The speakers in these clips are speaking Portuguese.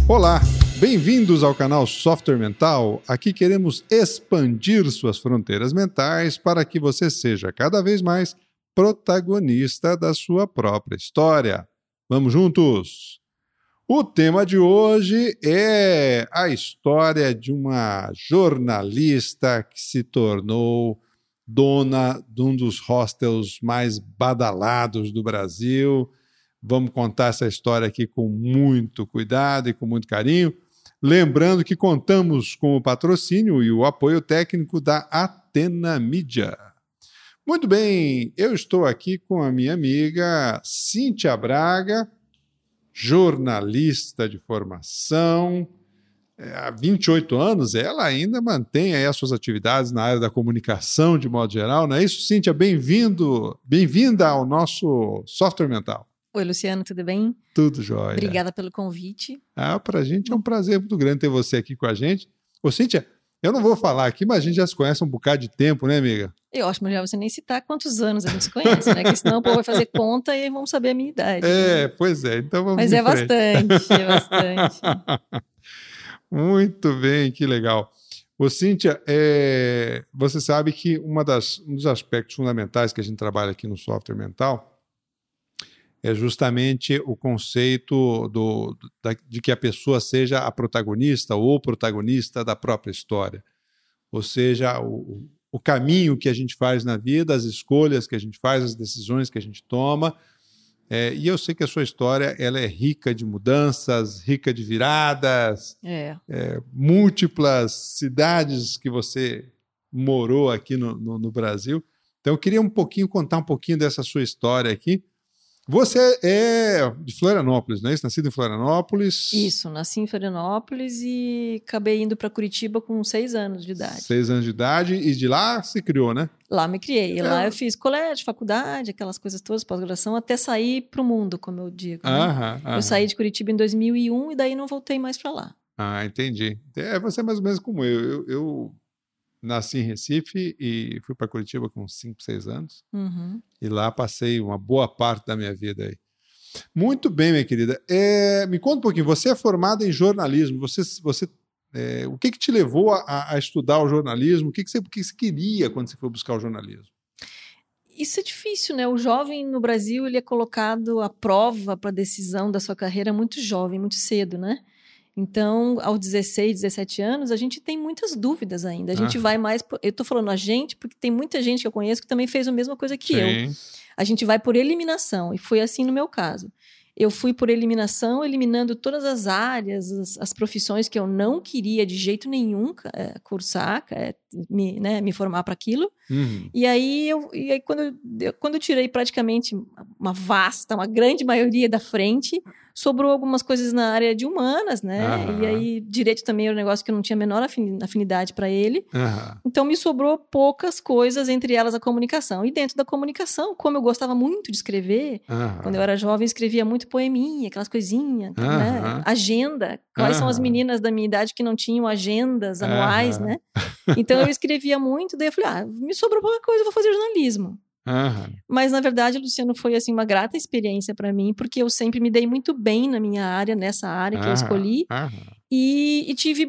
Olá, bem-vindos ao canal Software Mental. Aqui queremos expandir suas fronteiras mentais para que você seja cada vez mais protagonista da sua própria história. Vamos juntos? O tema de hoje é a história de uma jornalista que se tornou dona de um dos hostels mais badalados do Brasil. Vamos contar essa história aqui com muito cuidado e com muito carinho. Lembrando que contamos com o patrocínio e o apoio técnico da Atena Mídia. Muito bem, eu estou aqui com a minha amiga Cíntia Braga, jornalista de formação. Há 28 anos, ela ainda mantém aí as suas atividades na área da comunicação de modo geral, não é isso, Cíntia? Bem-vinda ao nosso Software Mental. Oi, Luciano, tudo bem? Tudo jóia. Obrigada pelo convite. Pra gente é um prazer muito grande ter você aqui com a gente. Ô, Cíntia, eu não vou falar aqui, mas a gente já se conhece há um bocado de tempo, né, amiga? Eu acho melhor você nem citar quantos anos a gente se conhece, né? Porque senão o povo vai fazer conta e vão saber a minha idade. Né? Pois é. Então vamos Mas em é frente. bastante. Muito bem, que legal. Ô, Cíntia, você sabe que um dos aspectos fundamentais que a gente trabalha aqui no Software Mental é justamente o conceito de que a pessoa seja a protagonista ou o protagonista da própria história. Ou seja, o caminho que a gente faz na vida, as escolhas que a gente faz, as decisões que a gente toma. E eu sei que a sua história ela é rica de mudanças, rica de viradas, múltiplas cidades que você morou aqui no Brasil. Então eu queria contar um pouquinho dessa sua história aqui. Você é de Florianópolis, não é isso? Nascido em Florianópolis? Isso, nasci em Florianópolis e acabei indo para Curitiba com 6 anos de idade. 6 anos de idade e de lá se criou, né? Lá me criei. Lá eu fiz colégio, faculdade, aquelas coisas todas, pós-graduação, até sair para o mundo, como eu digo. Né? Eu saí de Curitiba em 2001 e daí não voltei mais para lá. Entendi. Você é mais ou menos como eu. Eu nasci em Recife e fui para Curitiba com 5, 6 anos. Uhum. E lá passei uma boa parte da minha vida aí. Muito bem, minha querida. Me conta um pouquinho. Você é formada em jornalismo. O que te levou a estudar o jornalismo? O que você queria quando você foi buscar o jornalismo? Isso é difícil, né? O jovem no Brasil ele é colocado à prova para a decisão da sua carreira muito jovem, muito cedo, né? Então, aos 16, 17 anos, a gente tem muitas dúvidas ainda. A gente vai mais... Eu estou falando a gente, porque tem muita gente que eu conheço que também fez a mesma coisa que eu. A gente vai por eliminação, e foi assim no meu caso. Eu fui por eliminação, eliminando todas as áreas, as profissões que eu não queria de jeito nenhum cursar, me formar para aquilo. Uhum. E aí, quando eu tirei praticamente uma grande maioria da frente, sobrou algumas coisas na área de humanas, né? Uhum. E aí, direito também era um negócio que eu não tinha a menor afinidade para ele. Uhum. Então, me sobrou poucas coisas, entre elas a comunicação. E dentro da comunicação, como eu gostava muito de escrever, quando eu era jovem, escrevia muito poeminha, aquelas coisinhas, né? Agenda. Quais são as meninas da minha idade que não tinham agendas anuais, né? Então, eu escrevia muito, daí eu falei, me sobrou pouca coisa, eu vou fazer jornalismo. Mas, na verdade, Luciano, foi assim, uma grata experiência para mim, porque eu sempre me dei muito bem na minha área, nessa área que eu escolhi, e tive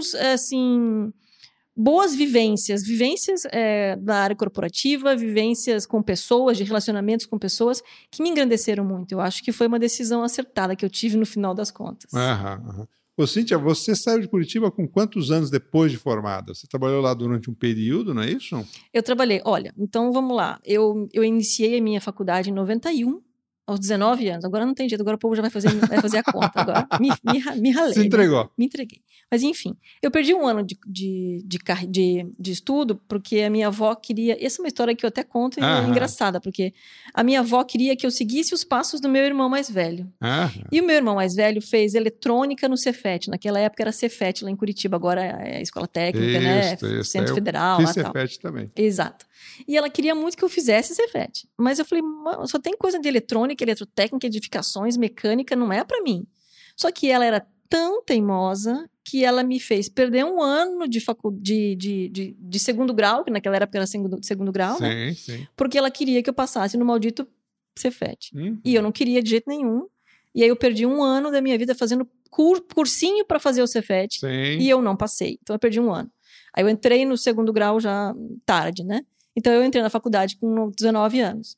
boas vivências da área corporativa, vivências com pessoas, de relacionamentos com pessoas, que me engrandeceram muito. Eu acho que foi uma decisão acertada que eu tive no final das contas. Ô, Cíntia, você saiu de Curitiba com quantos anos depois de formada? Você trabalhou lá durante um período, não é isso? Eu trabalhei. Olha, então vamos lá. Eu iniciei a minha faculdade em 91, aos 19 anos. Agora não tem jeito, agora o povo já vai fazer a conta. Agora me ralei. Se entregou. Né? Me entreguei. Mas enfim, eu perdi um ano de estudo porque a minha avó queria... Essa é uma história que eu até conto e é engraçada, porque a minha avó queria que eu seguisse os passos do meu irmão mais velho. E o meu irmão mais velho fez eletrônica no Cefet. Naquela época era Cefet lá em Curitiba, agora é Escola Técnica, né? Centro Federal. Fiz Cefet também. Exato. E ela queria muito que eu fizesse Cefet. Mas eu falei, só tem coisa de eletrônica, eletrotécnica, edificações, mecânica, não é para mim. Só que ela era tão teimosa que ela me fez perder um ano de segundo grau, que naquela época era segundo grau, né? Sim. Porque ela queria que eu passasse no maldito Cefet. E eu não queria de jeito nenhum. E aí eu perdi um ano da minha vida fazendo cursinho para fazer o Cefet e eu não passei. Então eu perdi um ano. Aí eu entrei no segundo grau já tarde, né? Então eu entrei na faculdade com 19 anos.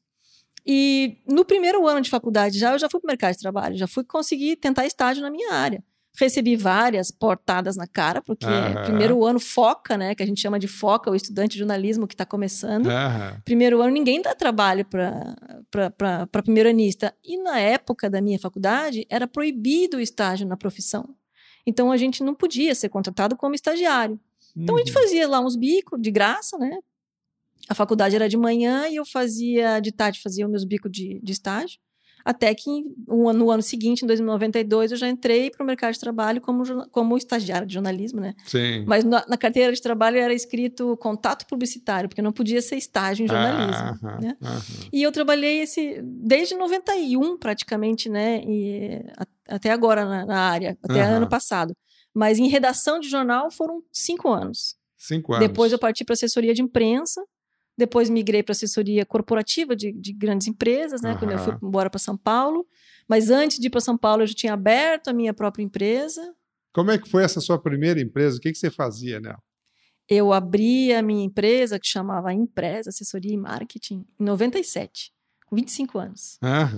E no primeiro ano de faculdade eu já fui para o mercado de trabalho, já fui conseguir tentar estágio na minha área. Recebi várias portadas na cara, porque primeiro ano foca, né? Que a gente chama de foca, o estudante de jornalismo que está começando. Primeiro ano ninguém dá trabalho para primeiro-anista. E na época da minha faculdade, era proibido o estágio na profissão. Então a gente não podia ser contratado como estagiário. Então a gente fazia lá uns bicos de graça, né? A faculdade era de manhã e eu fazia de tarde, fazia os meus bicos de estágio. Até que no ano seguinte, em 2092, eu já entrei para o mercado de trabalho como estagiário de jornalismo, né? Sim. Mas na carteira de trabalho era escrito contato publicitário, porque não podia ser estágio em jornalismo. Né? E eu trabalhei desde 91 praticamente, né? E até agora na área, até ano passado. Mas em redação de jornal foram 5 anos. 5 anos. Depois eu parti para assessoria de imprensa. Depois migrei para assessoria corporativa de grandes empresas, né? Quando eu fui embora para São Paulo. Mas antes de ir para São Paulo, eu já tinha aberto a minha própria empresa. Como é que foi essa sua primeira empresa? O que você fazia nela? Eu abri a minha empresa, que chamava Impresa, Assessoria e Marketing, em 97, com 25 anos.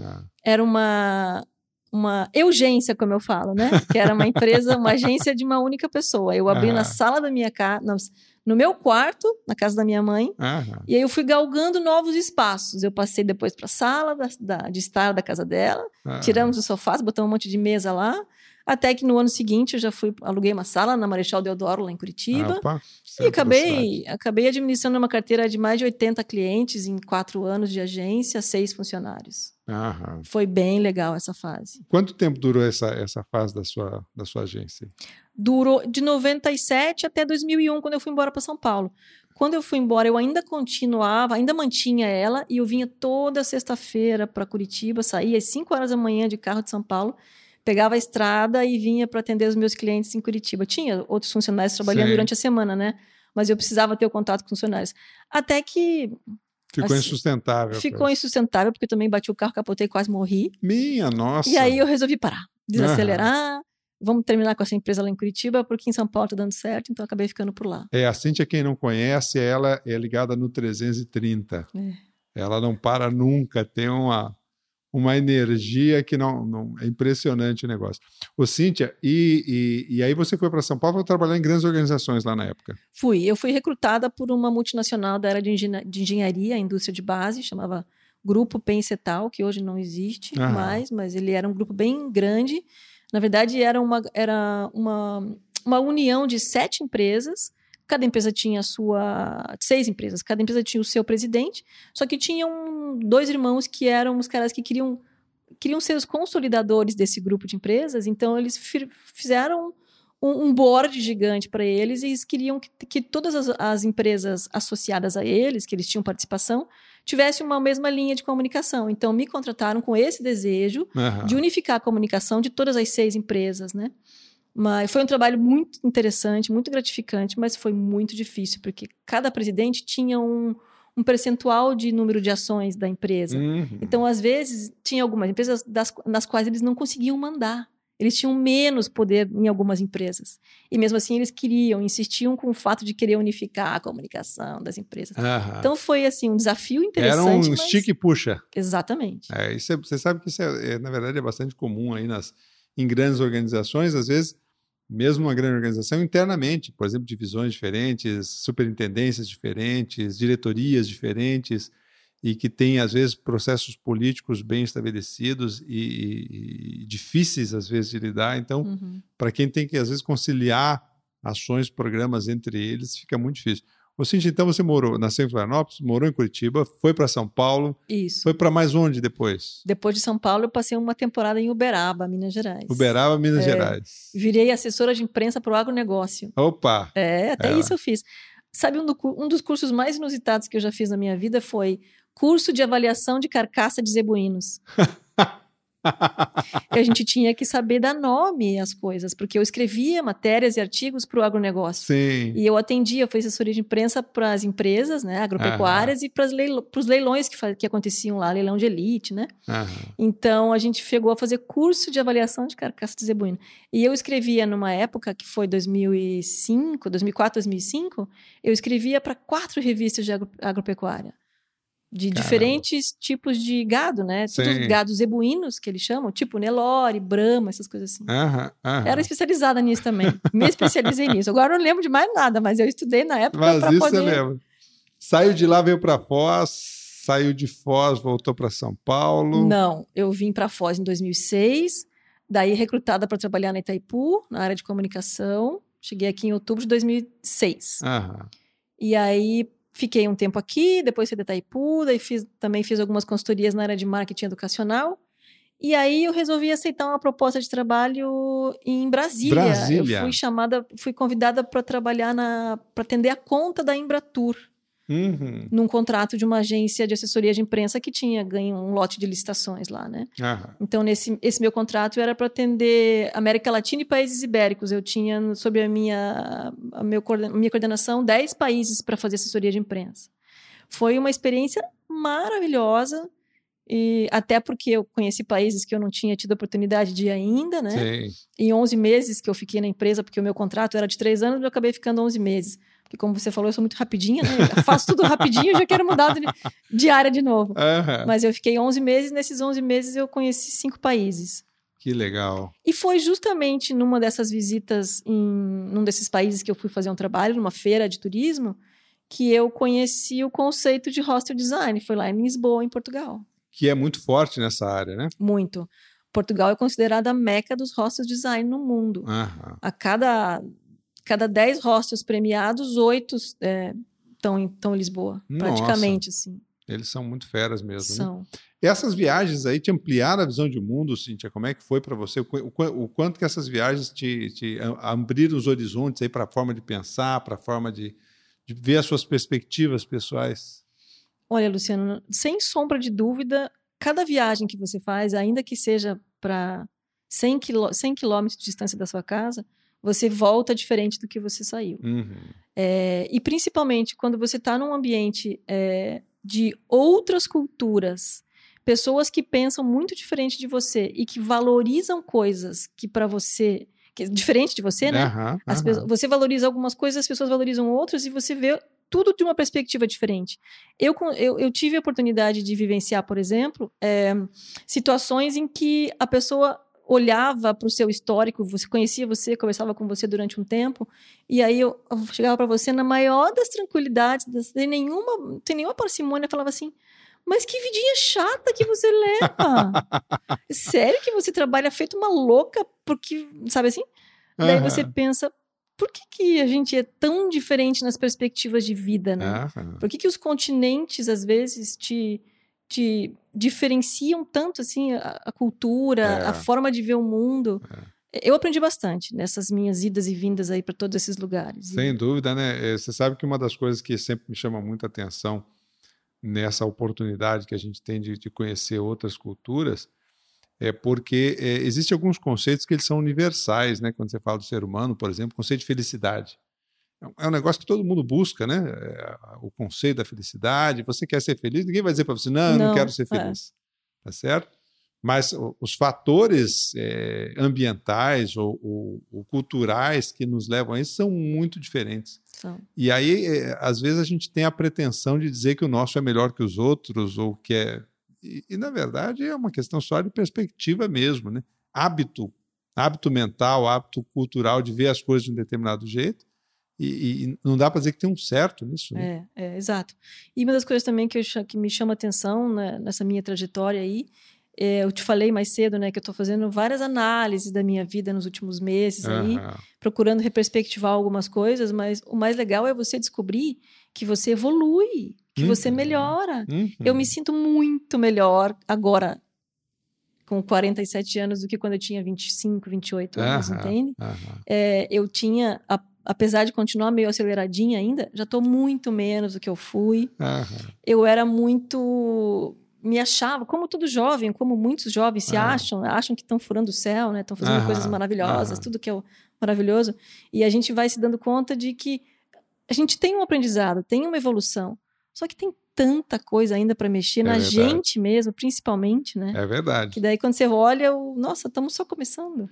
Era uma urgência, como eu falo, né? Que era uma empresa, uma agência de uma única pessoa. Eu abri na sala da minha casa, no meu quarto, na casa da minha mãe, e aí eu fui galgando novos espaços. Eu passei depois para a sala de estar da casa dela, tiramos os sofás, botamos um monte de mesa lá, até que no ano seguinte eu já aluguei uma sala na Marechal Deodoro, lá em Curitiba, e acabei administrando uma carteira de mais de 80 clientes em 4 anos de agência, 6 funcionários. Foi bem legal essa fase. Quanto tempo durou essa fase da sua agência? Durou de 97 até 2001, quando eu fui embora para São Paulo. Quando eu fui embora, eu ainda continuava, ainda mantinha ela, e eu vinha toda sexta-feira para Curitiba, saía às 5 horas da manhã de carro de São Paulo, pegava a estrada e vinha para atender os meus clientes em Curitiba. Tinha outros funcionários trabalhando durante a semana, né? Mas eu precisava ter o contato com funcionários. Até que... Ficou insustentável. Ficou insustentável, porque eu também bati o carro, capotei, quase morri. Minha nossa! E aí eu resolvi parar, desacelerar. Vamos terminar com essa empresa lá em Curitiba, porque em São Paulo tá dando certo, então eu acabei ficando por lá. A Cíntia, quem não conhece, ela é ligada no 330. Ela não para nunca, tem uma energia que não é impressionante o negócio. Ô, Cíntia, e aí você foi para São Paulo para trabalhar em grandes organizações lá na época? Eu fui recrutada por uma multinacional da área de engenharia, indústria de base, chamava Grupo Pencetal, que hoje não existe mais, mas ele era um grupo bem grande. Na verdade, era uma união de 7 empresas. Cada empresa tinha 6 empresas. Cada empresa tinha o seu presidente. Só que tinham 2 irmãos que eram os caras que queriam ser os consolidadores desse grupo de empresas. Então, eles fizeram um board gigante para eles e eles queriam que todas as empresas associadas a eles, que eles tinham participação, tivessem uma mesma linha de comunicação. Então, me contrataram com esse desejo de unificar a comunicação de todas as 6 empresas, né? Mas foi um trabalho muito interessante, muito gratificante, mas foi muito difícil, porque cada presidente tinha um percentual de número de ações da empresa. Então, às vezes, tinha algumas empresas nas quais eles não conseguiam mandar. Eles tinham menos poder em algumas empresas. E mesmo assim, eles insistiam com o fato de querer unificar a comunicação das empresas. Então, foi assim, um desafio interessante. Era um stick e puxa. Exatamente. Você sabe que isso, na verdade, é bastante comum aí em grandes organizações. Às vezes, mesmo uma grande organização, internamente, por exemplo, divisões diferentes, superintendências diferentes, diretorias diferentes, e que tem, às vezes, processos políticos bem estabelecidos e difíceis, às vezes, de lidar. Então, para quem tem que, às vezes, conciliar ações, programas entre eles, fica muito difícil. Ô, Cíntia, então você nasceu em Florianópolis, morou em Curitiba, foi para São Paulo. Isso. Foi para mais onde depois? Depois de São Paulo, eu passei uma temporada em Uberaba, Minas Gerais. Uberaba, Minas Gerais. Virei assessora de imprensa para o agronegócio. Opa! Até isso eu fiz. Sabe, um dos cursos mais inusitados que eu já fiz na minha vida foi curso de avaliação de carcaça de zebuínos. E a gente tinha que saber dar nome às coisas, porque eu escrevia matérias e artigos para o agronegócio. Sim. E eu atendia, eu fazia assessoria de imprensa para as empresas, né, agropecuárias, e para os leilões que aconteciam lá, leilão de elite, né? Então, a gente chegou a fazer curso de avaliação de carcaça de zebuíno. E eu escrevia numa época que foi 2004, 2005, eu escrevia para 4 revistas de agropecuária. De diferentes tipos de gado, né? Todos os gados zebuínos, que eles chamam, tipo Nelore, Brahma, essas coisas assim. Era especializada nisso também. Me especializei nisso. Agora eu não lembro de mais nada, mas eu estudei na época para poder... Mas isso você lembra. Saiu de lá, veio para Foz, saiu de Foz, voltou para São Paulo? Não, eu vim para Foz em 2006, daí recrutada para trabalhar na Itaipu, na área de comunicação. Cheguei aqui em outubro de 2006. E aí... Fiquei um tempo aqui, depois fui da Itaipu, daí também fiz algumas consultorias na área de marketing educacional. E aí eu resolvi aceitar uma proposta de trabalho em Brasília. Eu fui convidada para trabalhar para atender a conta da Embratur. Num contrato de uma agência de assessoria de imprensa que tinha ganho um lote de licitações lá, né? Então, esse meu contrato era para atender América Latina e países ibéricos. Eu tinha, sob a minha coordenação, 10 países para fazer assessoria de imprensa. Foi uma experiência maravilhosa, e até porque eu conheci países que eu não tinha tido oportunidade de ir ainda, né? Sim. Em 11 meses que eu fiquei na empresa, porque o meu contrato era de 3 anos, eu acabei ficando 11 meses. Porque, como você falou, eu sou muito rapidinha, né? Eu faço tudo rapidinho e já quero mudar de área de novo. Mas eu fiquei 11 meses, nesses 11 meses eu conheci 5 países. Que legal. E foi justamente numa dessas visitas, num desses países que eu fui fazer um trabalho, numa feira de turismo, que eu conheci o conceito de hostel design. Foi lá em Lisboa, em Portugal. Que é muito forte nessa área, né? Muito. Portugal é considerada a meca dos hostels design no mundo. A cada 10 hostels premiados, 8 estão em Lisboa. Nossa, praticamente, assim. Eles são muito feras mesmo, são. Né? Essas viagens aí te ampliaram a visão de mundo, Cíntia? Como é que foi para você? O quanto que essas viagens te abriram os horizontes aí para a forma de pensar, para a forma de ver as suas perspectivas pessoais? Olha, Luciano, sem sombra de dúvida, cada viagem que você faz, ainda que seja para 100 quilômetros de distância da sua casa, você volta diferente do que você saiu. E principalmente quando você está num ambiente de outras culturas, pessoas que pensam muito diferente de você e que valorizam coisas que para você... diferente de você, né? Você valoriza algumas coisas, as pessoas valorizam outras e você vê tudo de uma perspectiva diferente. Eu tive a oportunidade de vivenciar, por exemplo, situações em que a pessoa olhava para o seu histórico, você conhecia você, conversava com você durante um tempo, e aí eu chegava para você na maior das tranquilidades, sem nenhuma parcimônia, falava assim: mas que vidinha chata que você leva! Sério que você trabalha feito uma louca? Porque, sabe assim? Daí você pensa, por que a gente é tão diferente nas perspectivas de vida, né? Por que os continentes, às vezes, te diferenciam tanto, assim, a cultura, a forma de ver o mundo? Eu aprendi bastante nessas minhas idas e vindas aí para todos esses lugares. Sem dúvida, né? Você sabe que uma das coisas que sempre me chama muita atenção nessa oportunidade que a gente tem de conhecer outras culturas é porque existem alguns conceitos que eles são universais, né? Quando você fala do ser humano, por exemplo, o conceito de felicidade. É um negócio que todo mundo busca, né? O conceito da felicidade. Você quer ser feliz? Ninguém vai dizer para você, não, eu não quero ser feliz. Tá certo? Mas os fatores ambientais ou culturais que nos levam a isso são muito diferentes. E aí, às vezes, a gente tem a pretensão de dizer que o nosso é melhor que os outros, ou que é... E na verdade, é uma questão só de perspectiva mesmo, né? Hábito mental, hábito cultural de ver as coisas de um determinado jeito. E não dá para dizer que tem um certo nisso, né? Exato. E uma das coisas também que me chama atenção, né, nessa minha trajetória aí, eu te falei mais cedo, né, que eu estou fazendo várias análises da minha vida nos últimos meses aí, procurando reperspectivar algumas coisas, mas o mais legal é você descobrir que você evolui, que você melhora. Eu me sinto muito melhor agora, com 47 anos, do que quando eu tinha 25, 28 anos, entende? Eu tinha... Apesar de continuar meio aceleradinha ainda, já estou muito menos do que eu fui. Eu era muito me achava, como todo jovem, como muitos jovens se acham que estão furando o céu, né? Estão fazendo coisas maravilhosas, tudo que é maravilhoso. E a gente vai se dando conta de que a gente tem um aprendizado, tem uma evolução, só que tem tanta coisa ainda para mexer na gente mesmo, principalmente, né? É verdade. Que daí quando você olha, nossa, estamos só começando.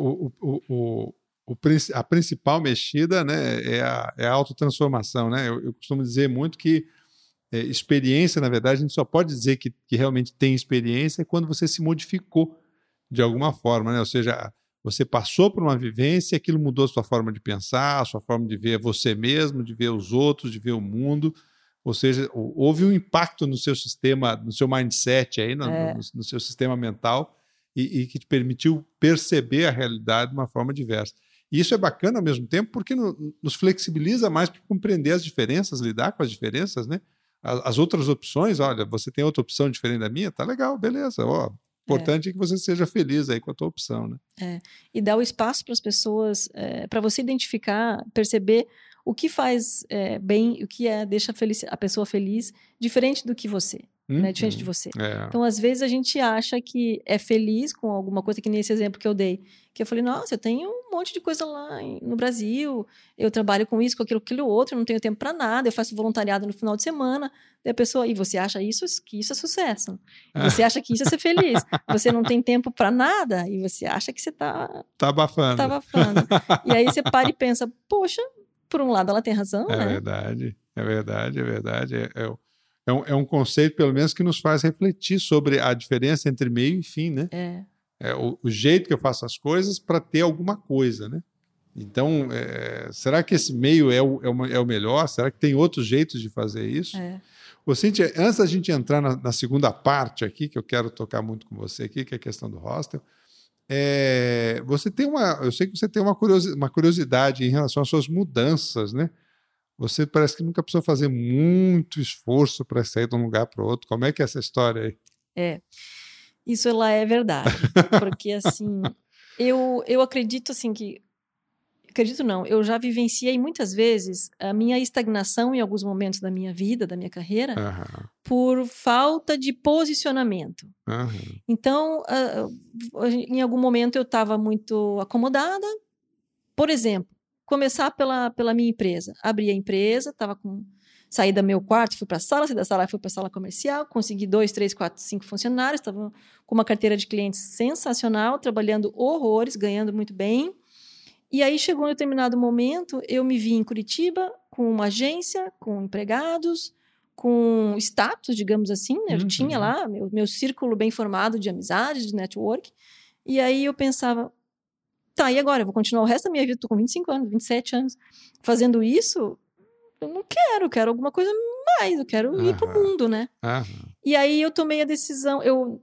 A principal mexida, né, é a autotransformação, né? Eu costumo dizer muito que experiência, na verdade, a gente só pode dizer que realmente tem experiência quando você se modificou de alguma forma, né? Ou seja, você passou por uma vivência, aquilo mudou a sua forma de pensar, a sua forma de ver você mesmo, de ver os outros, de ver o mundo. Ou seja, houve um impacto no seu sistema, no seu mindset, aí, no seu sistema mental, e que te permitiu perceber a realidade de uma forma diversa. E isso é bacana ao mesmo tempo porque nos flexibiliza mais para compreender as diferenças, lidar com as diferenças, né? As outras opções, olha, você tem outra opção diferente da minha, tá legal, beleza. O importante é que você seja feliz aí com a tua opção, né? E dar o espaço para as pessoas, para você identificar, perceber o que faz bem, o que deixa a pessoa feliz, diferente do que você. Né, diferente de você. Então, às vezes, a gente acha que é feliz com alguma coisa, que nem esse exemplo que eu dei. Que eu falei, nossa, eu tenho um monte de coisa lá no Brasil, eu trabalho com isso, com aquilo outro, eu não tenho tempo para nada, eu faço voluntariado no final de semana. Daí a pessoa, e você acha que isso é sucesso? Você acha que isso é ser feliz? Você não tem tempo para nada e você acha que você tá abafando. Tá abafando. E aí você para e pensa, poxa, por um lado ela tem razão, né? É verdade. É um conceito, pelo menos, que nos faz refletir sobre a diferença entre meio e fim, né? É o jeito que eu faço as coisas para ter alguma coisa, né? Então, será que esse meio é o melhor? Será que tem outros jeitos de fazer isso? Ô, Cíntia, antes da gente entrar na segunda parte aqui, que eu quero tocar muito com você aqui, que é a questão do hostel, eu sei que você tem uma curiosidade em relação às suas mudanças, né? Você parece que nunca precisou fazer muito esforço para sair de um lugar para o outro. Como é que é essa história aí? Isso ela é verdade. Porque, assim, eu acredito, assim, que... Acredito não, eu já vivenciei muitas vezes a minha estagnação em alguns momentos da minha vida, da minha carreira, por falta de posicionamento. Então, em algum momento eu estava muito acomodada. Por exemplo, começar pela minha empresa. Abri a empresa, saí do meu quarto, fui para a sala, saí da sala, fui para a sala comercial, consegui 2, 3, 4, 5 funcionários, estava com uma carteira de clientes sensacional, trabalhando horrores, ganhando muito bem. E aí chegou um determinado momento, eu me vi em Curitiba, com uma agência, com empregados, com status, digamos assim, né? Eu tinha lá meu círculo bem formado de amizades, de network. E aí eu pensava, tá, e agora? Eu vou continuar o resto da minha vida, estou com 25 anos, 27 anos, fazendo isso? Eu não quero alguma coisa mais, eu quero ir para o mundo, né? E aí eu tomei a decisão,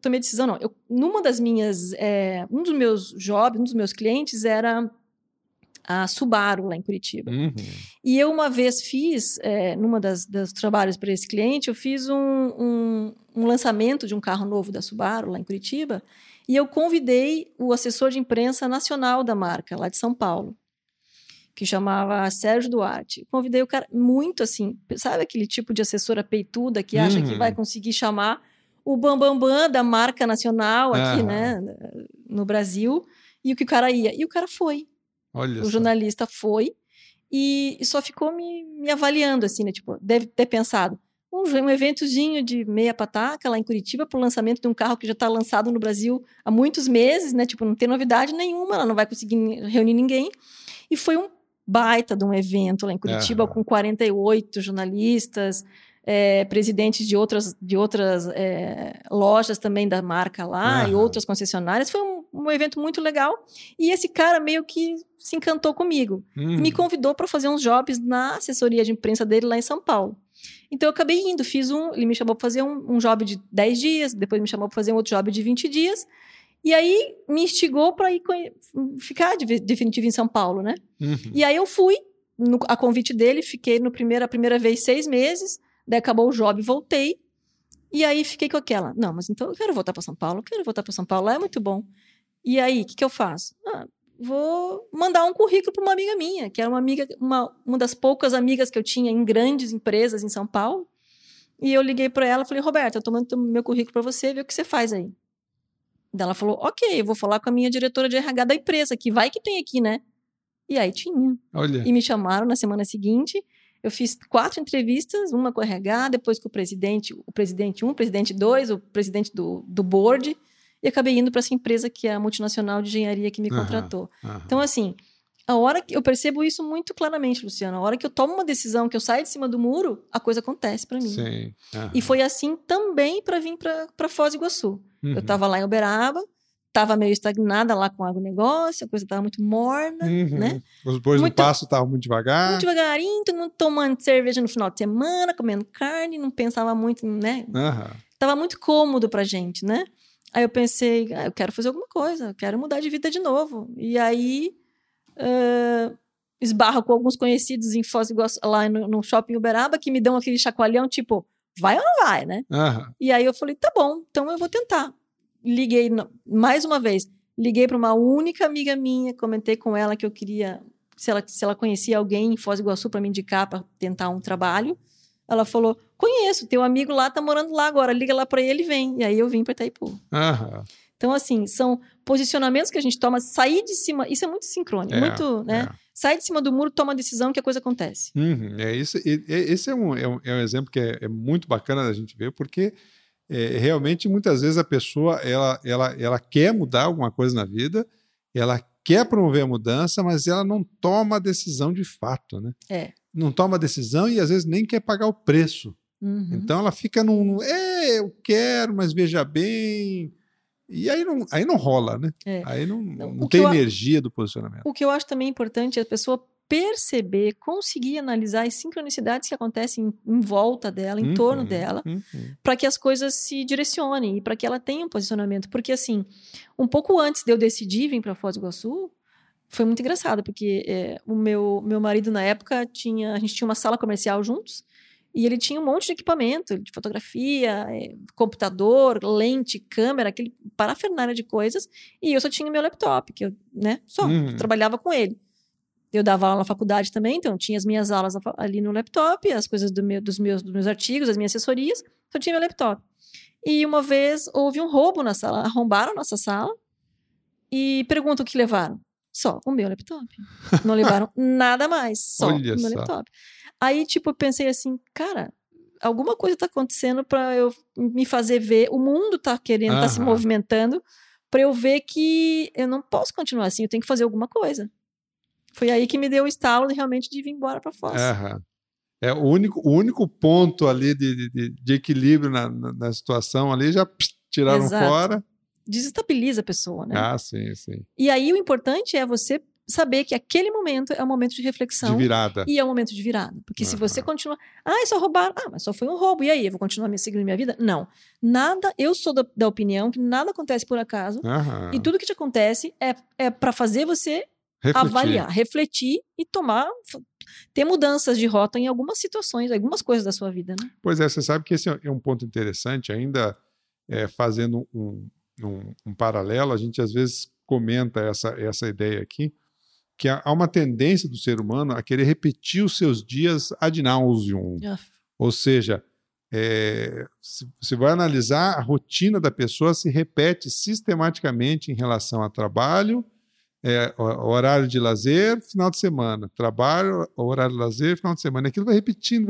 numa das minhas, um dos meus jobs, um dos meus clientes era a Subaru, lá em Curitiba. E eu uma vez fiz, numa dos trabalhos para esse cliente, eu fiz um lançamento de um carro novo da Subaru, lá em Curitiba, e eu convidei o assessor de imprensa nacional da marca, lá de São Paulo, que chamava Sérgio Duarte. Convidei o cara muito assim, sabe aquele tipo de assessora peituda que acha que vai conseguir chamar o bambambam da marca nacional aqui, né, no Brasil, e o que o cara ia. E o cara foi. Olha o jornalista foi e só ficou me avaliando, assim, né? Tipo, deve ter pensado, um eventozinho de meia pataca lá em Curitiba para o lançamento de um carro que já está lançado no Brasil há muitos meses, né? Tipo, não tem novidade nenhuma, ela não vai conseguir reunir ninguém. E foi um baita de um evento lá em Curitiba com 48 jornalistas, presidentes de outras lojas também da marca lá e outras concessionárias. Foi um evento muito legal. E esse cara meio que se encantou comigo. E me convidou para fazer uns jobs na assessoria de imprensa dele lá em São Paulo. Então eu acabei indo, ele me chamou para fazer um job de 10 dias, depois me chamou para fazer um outro job de 20 dias. E aí me instigou para ficar definitivo em São Paulo, né? E aí eu fui, a convite dele, fiquei a primeira vez 6 meses, daí acabou o job, voltei, e aí fiquei com aquela, não, mas então eu quero voltar para São Paulo, lá é muito bom. E aí, o que eu faço? Vou mandar um currículo para uma amiga minha, que era uma das poucas amigas que eu tinha em grandes empresas em São Paulo, E eu liguei para ela, falei, Roberta, eu tô mandando meu currículo para você, ver o que você faz aí. Daí ela falou, ok, eu vou falar com a minha diretora de RH da empresa, que vai que tem aqui, né? E aí tinha. Olha. E me chamaram na semana seguinte, eu fiz 4 entrevistas, uma com o RH, depois com o presidente 1, o presidente 2, o presidente do board, e acabei indo para essa empresa que é a multinacional de engenharia que me contratou. Então, assim, a hora que eu percebo isso muito claramente, Luciano, a hora que eu tomo uma decisão, que eu saio de cima do muro, a coisa acontece para mim. Sim. E foi assim também para vir para Foz do Iguaçu. Eu estava lá em Uberaba, estava meio estagnada lá com o agronegócio, a coisa estava muito morna, né? Os bois do pasto estavam muito devagar. Muito devagarinho, todo mundo tomando cerveja no final de semana, comendo carne, não pensava muito, né? Tava muito cômodo pra gente, né? Aí eu pensei, eu quero fazer alguma coisa, eu quero mudar de vida de novo. E aí, esbarro com alguns conhecidos em Foz do Iguaçu, lá no shopping Uberaba, que me dão aquele chacoalhão, tipo, vai ou não vai, né? E aí eu falei, tá bom, então eu vou tentar. Liguei, mais uma vez, liguei para uma única amiga minha, comentei com ela que eu queria, se ela conhecia alguém em Foz do Iguaçu para me indicar para tentar um trabalho. Ela falou, conheço, teu amigo lá tá morando lá agora, liga lá para ele e vem. E aí eu vim para Itaipu. Então, assim, são posicionamentos que a gente toma, sair de cima, isso é muito sincrônico, muito, né? Sai de cima do muro, toma a decisão que a coisa acontece. Esse é um exemplo que é muito bacana da gente ver, porque realmente muitas vezes a pessoa ela quer mudar alguma coisa na vida, ela quer promover a mudança, mas ela não toma a decisão de fato, né? Não toma a decisão e às vezes nem quer pagar o preço. Então ela fica eu quero, mas veja bem. E aí não rola, né? Aí não tem energia do posicionamento. O que eu acho também importante é a pessoa perceber, conseguir analisar as sincronicidades que acontecem em volta dela, em torno dela, para que as coisas se direcionem e para que ela tenha um posicionamento. Porque, assim, um pouco antes de eu decidir vir para Foz do Iguaçu, foi muito engraçado, porque o meu marido, na época, a gente tinha uma sala comercial juntos, e ele tinha um monte de equipamento, de fotografia, computador, lente, câmera, aquele parafernália de coisas, e eu só tinha meu laptop, que eu, né, só trabalhava com ele. Eu dava aula na faculdade também, então tinha as minhas aulas ali no laptop, as coisas dos meus artigos, as minhas assessorias, só tinha meu laptop. E uma vez houve um roubo na sala, arrombaram a nossa sala e perguntam o que levaram. Só o meu laptop. Não levaram nada mais, só o meu laptop. Aí, tipo, eu pensei assim, cara, alguma coisa tá acontecendo para eu me fazer ver, o mundo tá querendo, tá se movimentando, para eu ver que eu não posso continuar assim, eu tenho que fazer alguma coisa. Foi aí que me deu o estalo realmente de vir embora para Foz. O único ponto ali de equilíbrio na situação ali já tiraram fora. Desestabiliza a pessoa, né? Sim. E aí o importante é você saber que aquele momento é um momento de reflexão. De virada. E é um momento de virada. Porque se você continua... só roubaram. Mas só foi um roubo. E aí? Eu vou continuar seguindo minha vida? Não. Nada... Eu sou da opinião que nada acontece por acaso. E tudo que te acontece é para fazer você avaliar, refletir e ter mudanças de rota em algumas situações, algumas coisas da sua vida, né? Pois é, você sabe que esse é um ponto interessante, ainda fazendo um paralelo, a gente às vezes comenta essa ideia aqui, que há uma tendência do ser humano a querer repetir os seus dias ad nauseam. Ou seja, se você vai analisar, a rotina da pessoa se repete sistematicamente em relação a trabalho, horário de lazer, final de semana. Trabalho, horário de lazer, final de semana. Aquilo vai repetindo.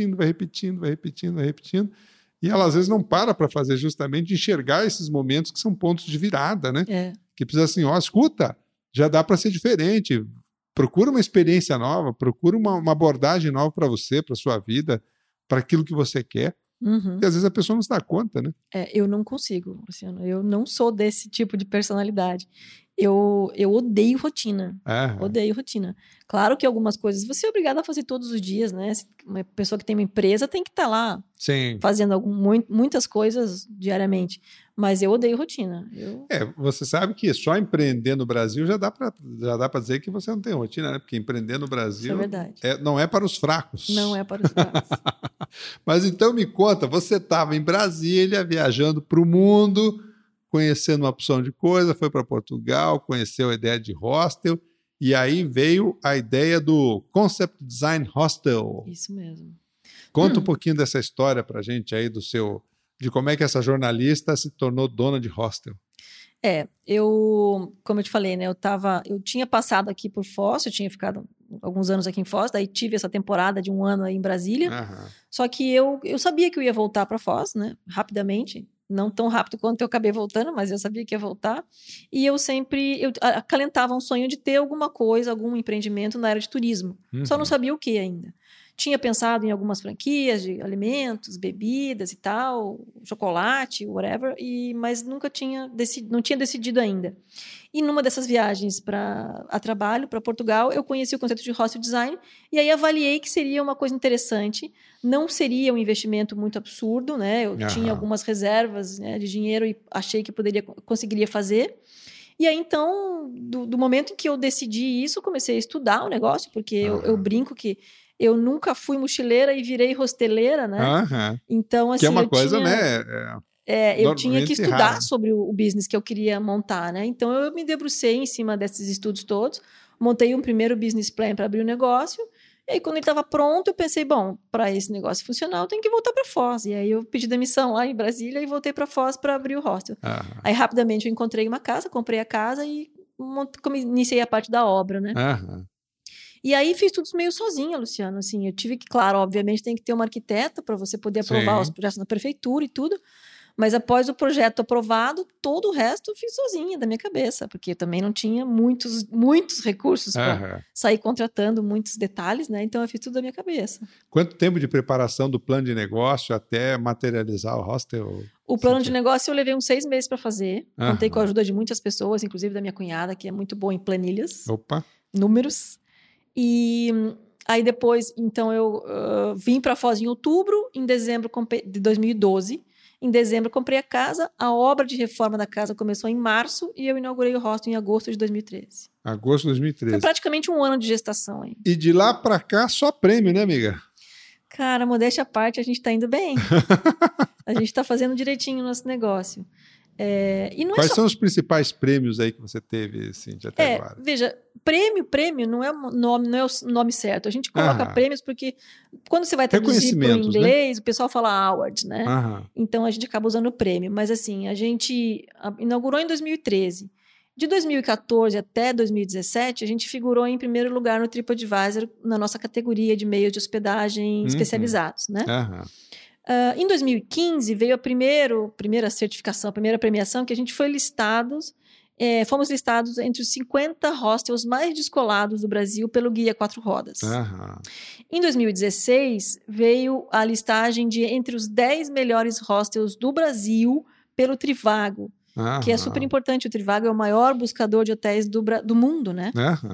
E ela, às vezes, não para fazer justamente enxergar esses momentos que são pontos de virada, né? Que precisa assim, escuta, já dá para ser diferente. Procura uma experiência nova, procura uma abordagem nova para você, para sua vida, para aquilo que você quer. E às vezes a pessoa não se dá conta, né? Eu não consigo, Luciano. Eu não sou desse tipo de personalidade. Eu odeio rotina. Odeio rotina. Claro que algumas coisas você é obrigado a fazer todos os dias, né? Uma pessoa que tem uma empresa tem que estar lá fazendo muitas coisas diariamente. Mas eu odeio rotina. Você sabe que só empreender no Brasil já dá para dizer que você não tem rotina, né? Porque empreender no Brasil não é para os fracos. Não é para os fracos. Mas então me conta, você estava em Brasília, viajando para o mundo, conhecendo uma opção de coisa, foi para Portugal, conheceu a ideia de hostel, e aí veio a ideia do Concept Design Hostel. Isso mesmo. Conta um pouquinho dessa história para a gente aí de como é que essa jornalista se tornou dona de hostel. Como eu te falei, né, eu tinha passado aqui por Foz, eu tinha ficado alguns anos aqui em Foz, daí tive essa temporada de 1 ano aí em Brasília, só que eu sabia que eu ia voltar para Foz, né, rapidamente, não tão rápido quanto eu acabei voltando, mas eu sabia que ia voltar, e eu acalentava um sonho de ter alguma coisa, algum empreendimento na área de turismo, só não sabia o que ainda. Tinha pensado em algumas franquias de alimentos, bebidas e tal, chocolate, whatever, mas não tinha decidido ainda. E numa dessas viagens a trabalho, para Portugal, eu conheci o conceito de hostel design e aí avaliei que seria uma coisa interessante. Não seria um investimento muito absurdo, né? Eu tinha algumas reservas, né, de dinheiro e achei que conseguiria fazer. E aí, então, do momento em que eu decidi isso, eu comecei a estudar o negócio, porque eu brinco que eu nunca fui mochileira e virei hosteleira, né? Então, assim, que é uma coisa, né? Eu tinha que estudar sobre o business que eu queria montar, né? Então, eu me debrucei em cima desses estudos todos, montei um primeiro business plan para abrir o negócio, e aí, quando ele estava pronto, eu pensei, bom, para esse negócio funcionar, eu tenho que voltar para Foz. E aí, eu pedi demissão lá em Brasília e voltei para Foz para abrir o hostel. Aí, rapidamente, eu encontrei uma casa, comprei a casa e iniciei a parte da obra, né? E aí fiz tudo meio sozinha, Luciano, assim, eu tive que, claro, obviamente tem que ter uma arquiteta para você poder aprovar os projetos na prefeitura e tudo, mas após o projeto aprovado, todo o resto eu fiz sozinha, da minha cabeça, porque eu também não tinha muitos recursos para sair contratando muitos detalhes, né, então eu fiz tudo da minha cabeça. Quanto tempo de preparação do plano de negócio até materializar o hostel? O plano de negócio eu levei uns 6 meses para fazer, contei com a ajuda de muitas pessoas, inclusive da minha cunhada, que é muito boa em planilhas, números. E aí depois, então, eu vim para Foz em outubro, em dezembro de 2012. Em dezembro comprei a casa, a obra de reforma da casa começou em março e eu inaugurei o hostel em agosto de 2013. Agosto de 2013. Foi praticamente 1 ano de gestação aí. E de lá para cá, só prêmio, né, amiga? Cara, modéstia à parte, a gente tá indo bem. A gente tá fazendo direitinho o nosso negócio. Quais são os principais prêmios aí que você teve, Cíntia, até agora? Veja, prêmio não é o nome certo. A gente coloca prêmios porque quando você vai traduzir para o inglês, né? O pessoal fala award, né? Então a gente acaba usando prêmio. Mas assim, a gente inaugurou em 2013. De 2014 até 2017, a gente figurou em primeiro lugar no TripAdvisor na nossa categoria de meios de hospedagem especializados, né? Em 2015 veio a primeira certificação, a primeira premiação, que a gente foi fomos listados entre os 50 hostels mais descolados do Brasil pelo Guia 4 Rodas. Em 2016 veio a listagem de entre os 10 melhores hostels do Brasil pelo Trivago, que é super importante. O Trivago é o maior buscador de hotéis do mundo, né?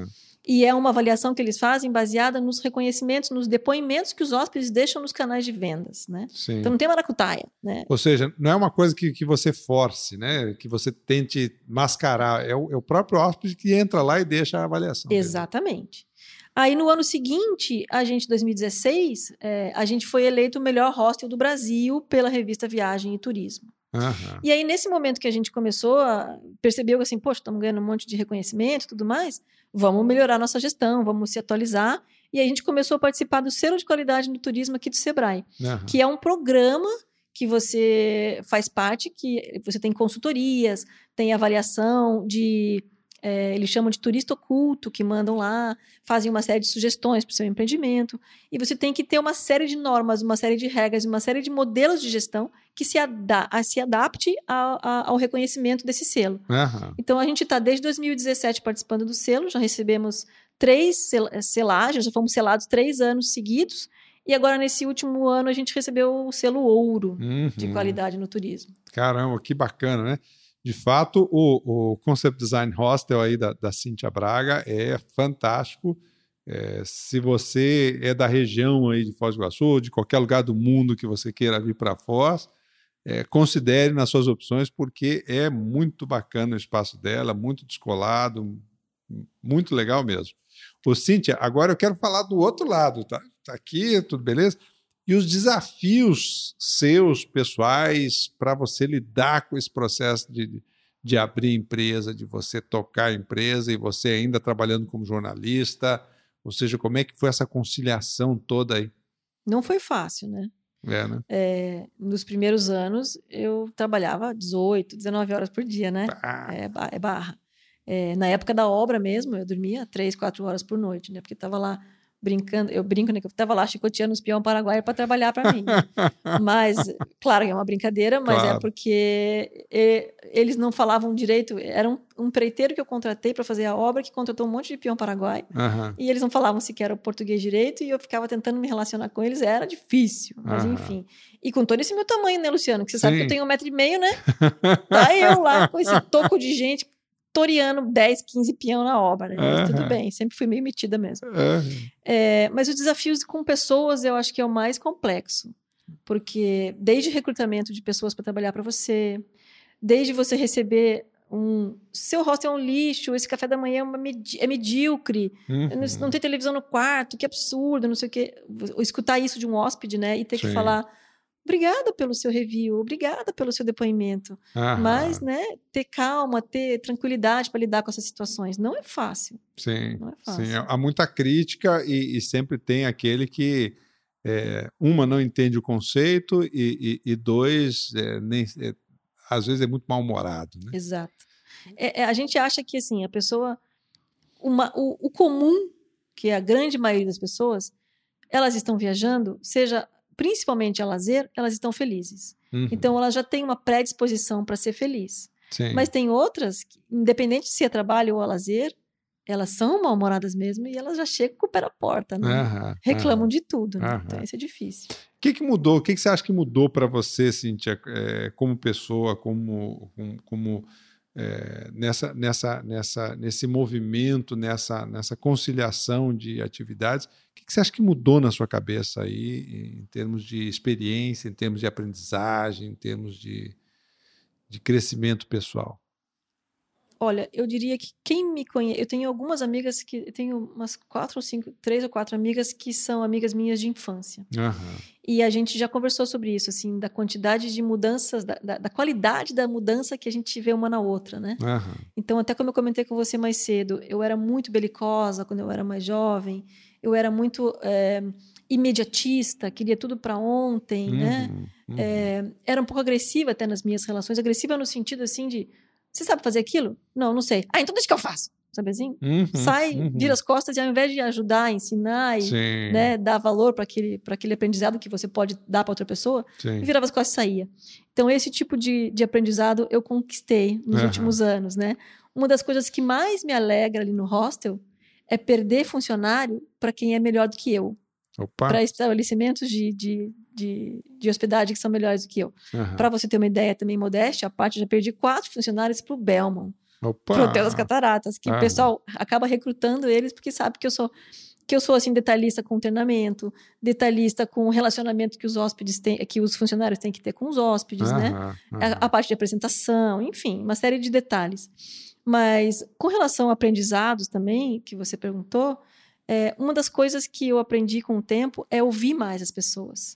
E é uma avaliação que eles fazem baseada nos reconhecimentos, nos depoimentos que os hóspedes deixam nos canais de vendas, né? Então não tem maracutaia, né? Ou seja, não é uma coisa que você force, né? Que você tente mascarar. É o próprio hóspede que entra lá e deixa a avaliação. Exatamente. Aí no ano seguinte, em 2016, a gente foi eleito o melhor hostel do Brasil pela revista Viagem e Turismo. E aí, nesse momento que a gente começou a perceber assim, poxa, estamos ganhando um monte de reconhecimento e tudo mais, vamos melhorar nossa gestão, vamos se atualizar. E aí a gente começou a participar do Selo de Qualidade no Turismo aqui do Sebrae, que é um programa que você faz parte, que você tem consultorias, tem avaliação de... eles chamam de turista oculto, que mandam lá, fazem uma série de sugestões para o seu empreendimento, e você tem que ter uma série de normas, uma série de regras, uma série de modelos de gestão que se adapte ao reconhecimento desse selo. Então, a gente está desde 2017 participando do selo, já recebemos 3 selagens, já fomos selados 3 anos seguidos, e agora, nesse último ano, a gente recebeu o selo ouro de qualidade no turismo. Caramba, que bacana, né? De fato, o Concept Design Hostel aí da Cíntia Braga é fantástico. Se você é da região aí de Foz do Iguaçu, de qualquer lugar do mundo que você queira vir para Foz, considere nas suas opções, porque é muito bacana o espaço dela, muito descolado, muito legal mesmo. Ô, Cíntia, agora eu quero falar do outro lado, tá? Tá aqui, tudo beleza? E os desafios seus, pessoais, para você lidar com esse processo de abrir empresa, de você tocar a empresa e você ainda trabalhando como jornalista, ou seja, como é que foi essa conciliação toda aí? Não foi fácil, né? Né? Nos primeiros anos, eu trabalhava 18, 19 horas por dia, né? Ah. É barra. Na época da obra mesmo, eu dormia 3, 4 horas por noite, né? Porque estava lá brincando, eu brinco, né? Que eu estava lá chicoteando os peão paraguaio para trabalhar para mim. Mas, claro, é uma brincadeira, mas Claro. é porque eles não falavam direito. Era um empreiteiro que eu contratei para fazer a obra, que contratou um monte de peão paraguaio, e eles não falavam sequer o português direito, e eu ficava tentando me relacionar com eles, era difícil, mas enfim. E com todo esse meu tamanho, né, Luciano? Que você sabe que eu tenho 1,5 m, né? Tá eu lá com esse toco de gente toreando 10, 15 peão na obra, né? Mas tudo bem, sempre fui meio metida mesmo. Mas os desafios com pessoas eu acho que é o mais complexo, porque desde recrutamento de pessoas para trabalhar para você, desde você receber seu hostel é um lixo, esse café da manhã é medíocre, não tem televisão no quarto, que absurdo, não sei o quê. Escutar isso de um hóspede, né? E ter que falar: obrigada pelo seu review, obrigada pelo seu depoimento. Mas, né, ter calma, ter tranquilidade para lidar com essas situações. Não é fácil. Sim, não é fácil. Sim. Há muita crítica e sempre tem aquele que, uma, não entende o conceito e dois, às vezes é muito mal-humorado. Né? Exato. A gente acha que, assim, a pessoa... O comum, que é a grande maioria das pessoas, elas estão viajando, seja... principalmente a lazer, elas estão felizes. Então, elas já têm uma predisposição para ser feliz. Sim. Mas tem outras, que, independente se é trabalho ou a lazer, elas são mal-humoradas mesmo e elas já chegam com o pé na porta, né? Reclamam de tudo, né? Então, isso é difícil. O que mudou? O que você acha que mudou para você, Cíntia, como pessoa, nesse movimento, nessa conciliação de atividades? O que você acha que mudou na sua cabeça aí, em termos de experiência, em termos de aprendizagem, em termos de crescimento pessoal? Olha, eu diria que quem me conhece... Eu tenho algumas amigas eu tenho umas 4 ou 5, 3 ou 4 amigas que são amigas minhas de infância. E a gente já conversou sobre isso, assim, da quantidade de mudanças, da qualidade da mudança que a gente vê uma na outra, né? Então, até como eu comentei com você mais cedo, eu era muito belicosa quando eu era mais jovem, eu era muito imediatista, queria tudo para ontem, né? Era um pouco agressiva até nas minhas relações, agressiva no sentido, assim, de... Você sabe fazer aquilo? Não sei. Então deixa que eu faço. Sabe assim? Sai, vira as costas e ao invés de ajudar, ensinar e, né, dar valor para aquele aprendizado que você pode dar para outra pessoa, virava as costas e saía. Então, esse tipo de aprendizado eu conquistei nos últimos anos, né? Uma das coisas que mais me alegra ali no hostel é perder funcionário para quem é melhor do que eu. Para estabelecimentos de hospedagem que são melhores do que eu. Para você ter uma ideia também, modéstia, a parte, já perdi 4 funcionários para o Belmont, para o Hotel das Cataratas, que o pessoal acaba recrutando eles porque sabe que eu sou assim, detalhista com treinamento, detalhista com o relacionamento que os hóspedes têm, que os funcionários têm que ter com os hóspedes, né? A parte de apresentação, enfim, uma série de detalhes. Mas com relação a aprendizados também, que você perguntou, uma das coisas que eu aprendi com o tempo é ouvir mais as pessoas.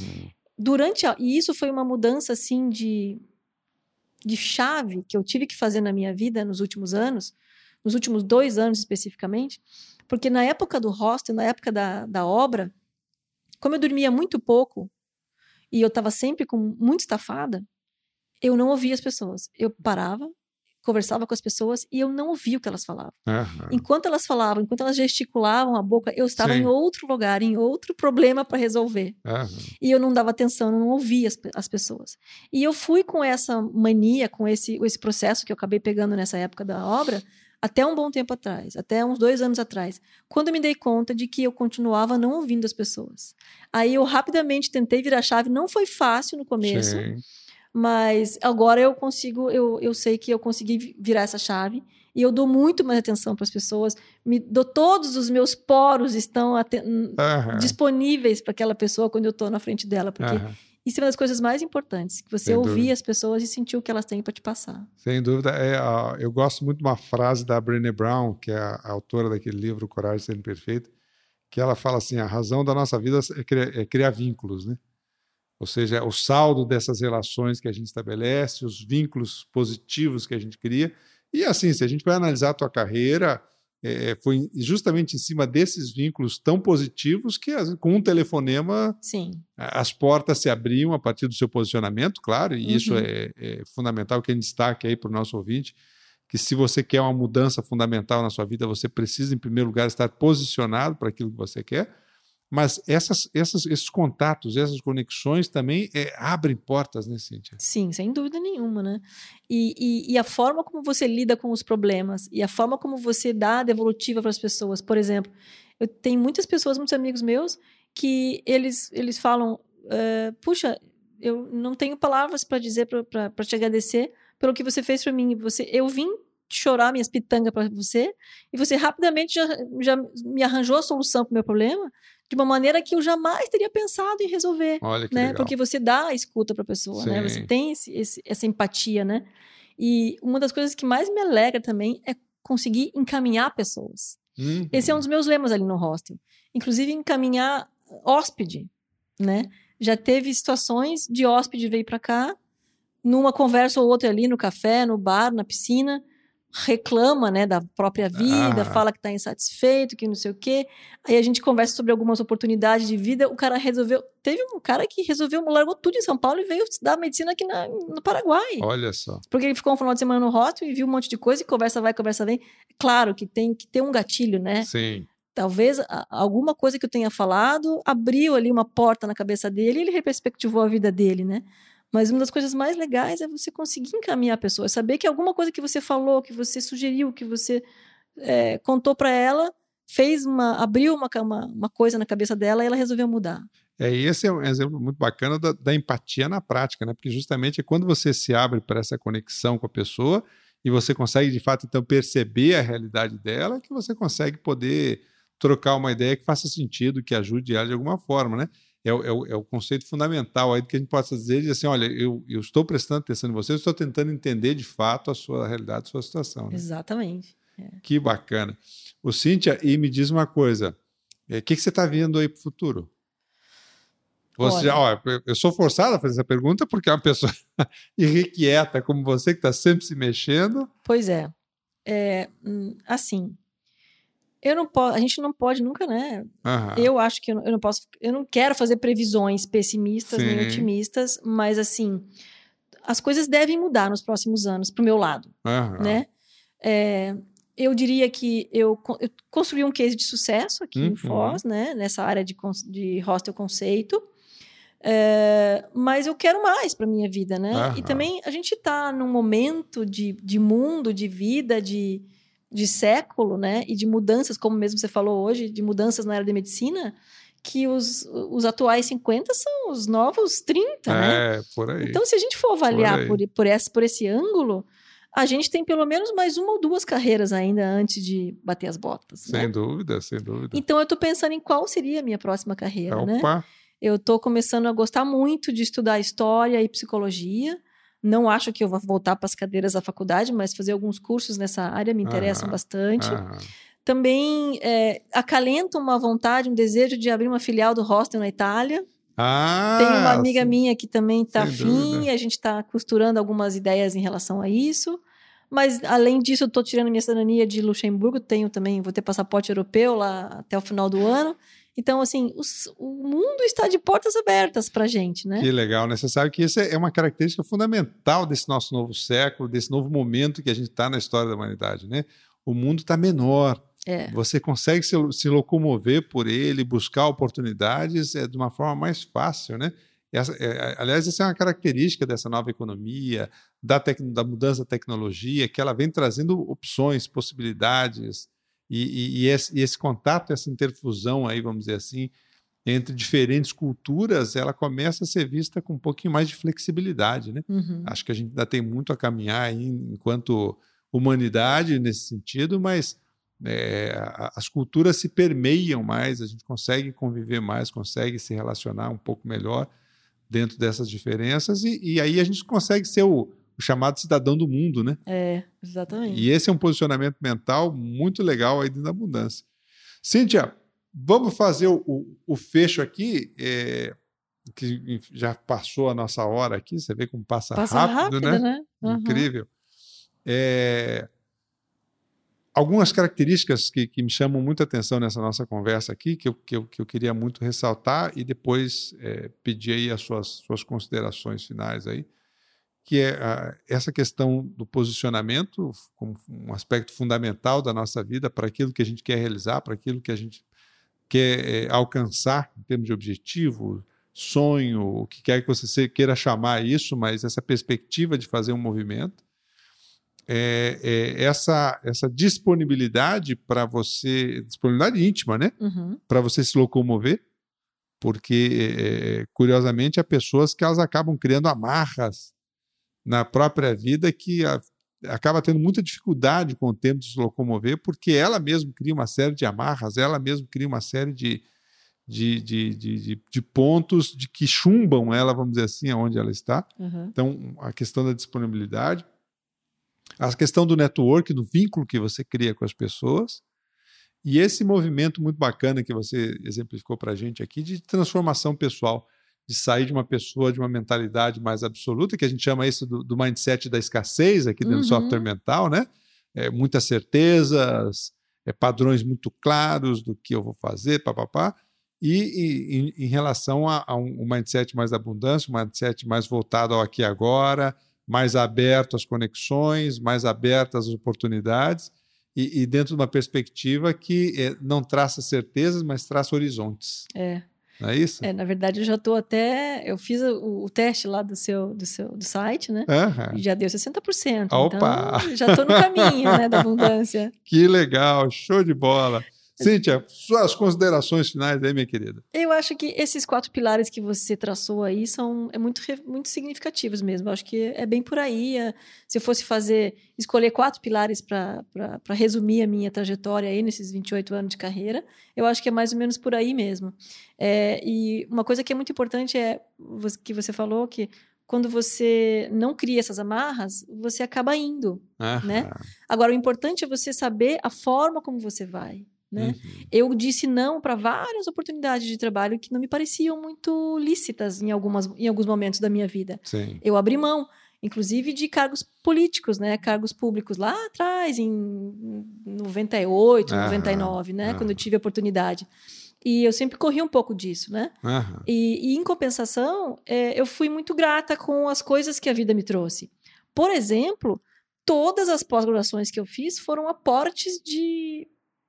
E isso foi uma mudança assim de chave que eu tive que fazer na minha vida nos últimos anos, nos últimos 2 anos especificamente, porque na época do hostel, na época da obra, como eu dormia muito pouco e eu estava sempre muito estafada, eu não ouvia as pessoas. Eu parava, conversava com as pessoas e eu não ouvia o que elas falavam. Enquanto elas falavam, enquanto elas gesticulavam a boca, eu estava em outro lugar, em outro problema para resolver. E eu não dava atenção, não ouvia as pessoas. E eu fui com essa mania, com esse processo que eu acabei pegando nessa época da obra, até um bom tempo atrás, até uns 2 anos atrás, quando eu me dei conta de que eu continuava não ouvindo as pessoas. Aí eu rapidamente tentei virar a chave, não foi fácil no começo, mas agora eu sei que eu consegui virar essa chave e eu dou muito mais atenção para as pessoas, todos os meus poros estão disponíveis para aquela pessoa quando eu estou na frente dela, porque isso é uma das coisas mais importantes, que você ouvir as pessoas e sentir o que elas têm para te passar. Sem dúvida. Eu gosto muito de uma frase da Brené Brown, que é a autora daquele livro Coragem de Ser Imperfeito, que ela fala assim, a razão da nossa vida é criar vínculos, né? Ou seja, o saldo dessas relações que a gente estabelece, os vínculos positivos que a gente cria. E assim, se a gente vai analisar a tua carreira, foi justamente em cima desses vínculos tão positivos que, com um telefonema, Sim. as portas se abriam a partir do seu posicionamento, claro, e isso é fundamental que a gente destaque aí para o nosso ouvinte, que se você quer uma mudança fundamental na sua vida, você precisa, em primeiro lugar, estar posicionado para aquilo que você quer, mas esses contatos, essas conexões também abrem portas, né, Cíntia? Sim, sem dúvida nenhuma, né? E a forma como você lida com os problemas e a forma como você dá a devolutiva para as pessoas. Por exemplo, eu tenho muitas pessoas, muitos amigos meus, que eles falam, puxa, eu não tenho palavras para dizer, para te agradecer pelo que você fez para mim. Eu vim chorar minhas pitangas para você e você rapidamente já me arranjou a solução para o meu problema de uma maneira que eu jamais teria pensado em resolver. Olha que né? legal. Porque você dá a escuta para a pessoa, né? Você tem essa empatia, né? E uma das coisas que mais me alegra também é conseguir encaminhar pessoas. Esse é um dos meus lemas ali no hostel. Inclusive, encaminhar hóspede, né? Já teve situações de hóspede veio para cá, numa conversa ou outra ali no café, no bar, na piscina, reclama, né, da própria vida, fala que está insatisfeito, que não sei o quê. Aí a gente conversa sobre algumas oportunidades de vida. O cara resolveu... Teve um cara que resolveu, largou tudo em São Paulo e veio estudar medicina aqui no Paraguai. Olha só. Porque ele ficou um final de semana no hostel e viu um monte de coisa e conversa vai, conversa vem. Claro que tem que ter um gatilho, né? Sim. Talvez alguma coisa que eu tenha falado abriu ali uma porta na cabeça dele e ele reperspectivou a vida dele, né? Mas uma das coisas mais legais é você conseguir encaminhar a pessoa, saber que alguma coisa que você falou, que você sugeriu, que você contou para ela, abriu uma coisa na cabeça dela e ela resolveu mudar. Esse é um exemplo muito bacana da empatia na prática, né? Porque justamente é quando você se abre para essa conexão com a pessoa e você consegue, de fato, então, perceber a realidade dela, que você consegue poder trocar uma ideia que faça sentido, que ajude ela de alguma forma, né? É o conceito fundamental aí do que a gente possa dizer assim, olha, eu estou prestando atenção em você, eu estou tentando entender de fato a sua realidade, a sua situação. Né? Exatamente. Que bacana. Cíntia, e me diz uma coisa, o que você está vendo aí para o futuro? Eu sou forçado a fazer essa pergunta porque é uma pessoa irrequieta como você, que está sempre se mexendo. Pois é. Assim... a gente não pode nunca, né? Eu acho que eu não posso, eu não quero fazer previsões pessimistas nem otimistas, mas assim, as coisas devem mudar nos próximos anos para o meu lado, né? Eu diria que eu construí um case de sucesso aqui em Foz, né? Nessa área de hostel conceito, mas eu quero mais para minha vida, né? E também a gente está num momento de mundo, de vida, de século, né, e de mudanças, como mesmo você falou hoje, de mudanças na área da medicina, que os atuais 50 são os novos 30, né? Por aí. Então, se a gente for avaliar por esse ângulo, a gente tem pelo menos mais uma ou duas carreiras ainda antes de bater as botas. Sem dúvida, sem dúvida. Então, eu estou pensando em qual seria a minha próxima carreira, né? Opa. Eu estou começando a gostar muito de estudar história e psicologia. Não acho que eu vou voltar para as cadeiras da faculdade, mas fazer alguns cursos nessa área me interessam bastante. Também acalento uma vontade, um desejo de abrir uma filial do hostel na Itália. Tem uma amiga minha que também está afim, e a gente está costurando algumas ideias em relação a isso. Mas, além disso, eu estou tirando minha cidadania de Luxemburgo, vou ter passaporte europeu lá até o final do ano. Então, assim, o mundo está de portas abertas para a gente, né? Que legal, né? Você sabe que isso é uma característica fundamental desse nosso novo século, desse novo momento que a gente está na história da humanidade, né? O mundo está menor. Você consegue se locomover por ele, buscar oportunidades de uma forma mais fácil, né? Aliás, essa é uma característica dessa nova economia, da mudança da tecnologia, que ela vem trazendo opções, possibilidades, e esse contato, essa interfusão aí, vamos dizer assim, entre diferentes culturas, ela começa a ser vista com um pouquinho mais de flexibilidade, né? Acho que a gente ainda tem muito a caminhar aí enquanto humanidade nesse sentido, mas as culturas se permeiam mais, a gente consegue conviver mais, consegue se relacionar um pouco melhor dentro dessas diferenças, e aí a gente consegue ser o chamado cidadão do mundo, né? Exatamente. E esse é um posicionamento mental muito legal aí dentro da mudança. Cíntia, vamos fazer o fecho aqui, que já passou a nossa hora aqui, você vê como passa rápido, né? Né? Incrível. algumas características que me chamam muita atenção nessa nossa conversa aqui, que eu queria muito ressaltar e depois pedir aí as suas considerações finais aí, que é essa questão do posicionamento como um aspecto fundamental da nossa vida para aquilo que a gente quer realizar, para aquilo que a gente quer alcançar em termos de objetivo, sonho, o que quer que você queira chamar isso, mas essa perspectiva de fazer um movimento, essa disponibilidade para você, disponibilidade íntima, né? Uhum. Para você se locomover, porque, curiosamente, há pessoas que elas acabam criando amarras na própria vida que acaba tendo muita dificuldade com o tempo de se locomover, porque ela mesma cria uma série de amarras, ela mesma cria uma série de pontos de que chumbam ela, vamos dizer assim, aonde ela está. Uhum. Então, a questão da disponibilidade, a questão do network, do vínculo que você cria com as pessoas, e esse movimento muito bacana que você exemplificou para a gente aqui de transformação pessoal, de sair de uma pessoa, de uma mentalidade mais absoluta, que a gente chama isso do mindset da escassez aqui dentro do software mental, né? Muitas certezas, padrões muito claros do que eu vou fazer, papapá. E em relação a um mindset mais da abundância, um mindset mais voltado ao aqui e agora, mais aberto às conexões, mais aberto às oportunidades, e dentro de uma perspectiva que não traça certezas, mas traça horizontes. Não é isso? Na verdade, eu já estou eu fiz o teste lá do site, né? Uhum. E já deu 60%. Opa! Então, já estou no caminho, né, da abundância. Que legal, show de bola. Cíntia, suas considerações finais aí, minha querida. Eu acho que esses 4 pilares que você traçou aí são muito significativos mesmo. Eu acho que é bem por aí. Se eu fosse escolher 4 pilares para resumir a minha trajetória aí nesses 28 anos de carreira, eu acho que é mais ou menos por aí mesmo. E uma coisa que é muito importante que você falou, que quando você não cria essas amarras, você acaba indo, né? Agora, o importante é você saber a forma como você vai. Né? Eu disse não para várias oportunidades de trabalho que não me pareciam muito lícitas em alguns momentos da minha vida. Sim. Eu abri mão, inclusive de cargos políticos, né? Cargos públicos lá atrás, em 98, 99, né? Quando eu tive a oportunidade. E eu sempre corri um pouco disso, né? E em compensação, eu fui muito grata com as coisas que a vida me trouxe. Por exemplo, todas as pós-graduações que eu fiz foram aportes de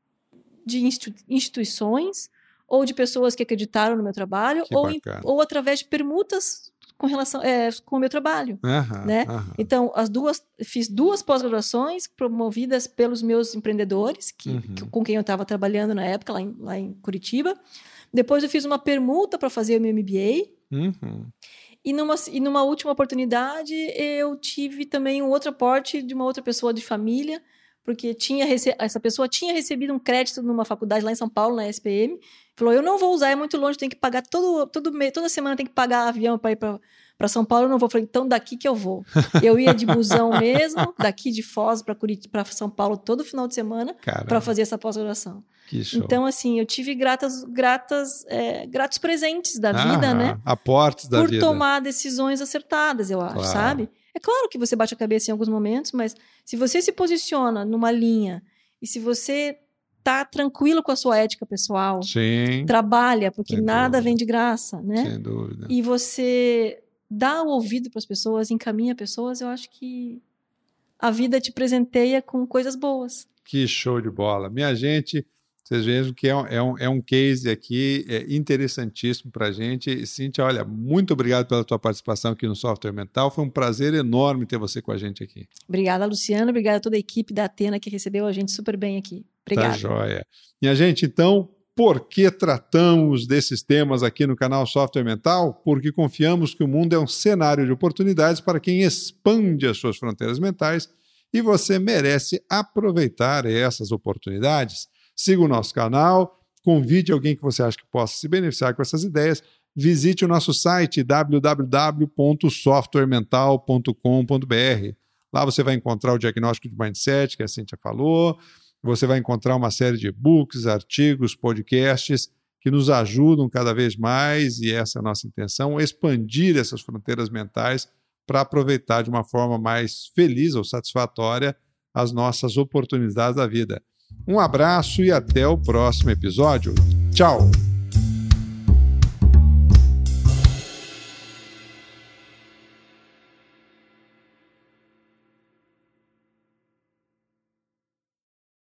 instituições ou de pessoas que acreditaram no meu trabalho ou através de permutas com relação com o meu trabalho, né? Então, fiz 2 pós-graduações promovidas pelos meus empreendedores com quem eu estava trabalhando na época lá em Curitiba. Depois eu fiz uma permuta para fazer o meu MBA. E numa última oportunidade eu tive também um outro aporte de uma outra pessoa de família, porque essa pessoa tinha recebido um crédito numa faculdade lá em São Paulo, na SPM, falou, eu não vou usar, é muito longe, tem que pagar toda semana tem que pagar avião para ir para São Paulo, eu não vou. Falei, então daqui que eu vou. Eu ia de busão mesmo, daqui de Foz para São Paulo todo final de semana para fazer essa pós-graduação. Que show. Então, assim, eu tive gratos presentes da vida, né? Aportes da vida. Por tomar decisões acertadas, eu acho, sabe? É claro que você bate a cabeça em alguns momentos, mas se você se posiciona numa linha e se você tá tranquilo com a sua ética pessoal, trabalha, porque nada vem de graça, né? Sem dúvida. E você dá o ouvido para as pessoas, encaminha pessoas, eu acho que a vida te presenteia com coisas boas. Que show de bola. Minha gente, vocês vejam que é um case aqui interessantíssimo para a gente. Cíntia, olha, muito obrigado pela tua participação aqui no Software Mental. Foi um prazer enorme ter você com a gente aqui. Obrigada, Luciano. Obrigada a toda a equipe da Athena que recebeu a gente super bem aqui. Obrigada. Tá joia. Minha gente, então, por que tratamos desses temas aqui no canal Software Mental? Porque confiamos que o mundo é um cenário de oportunidades para quem expande as suas fronteiras mentais e você merece aproveitar essas oportunidades. Siga o nosso canal, convide alguém que você acha que possa se beneficiar com essas ideias, visite o nosso site www.softwaremental.com.br. Lá você vai encontrar o diagnóstico de mindset que a Cíntia falou, você vai encontrar uma série de e-books, artigos, podcasts que nos ajudam cada vez mais, e essa é a nossa intenção, expandir essas fronteiras mentais para aproveitar de uma forma mais feliz ou satisfatória as nossas oportunidades da vida. Um abraço e até o próximo episódio. Tchau!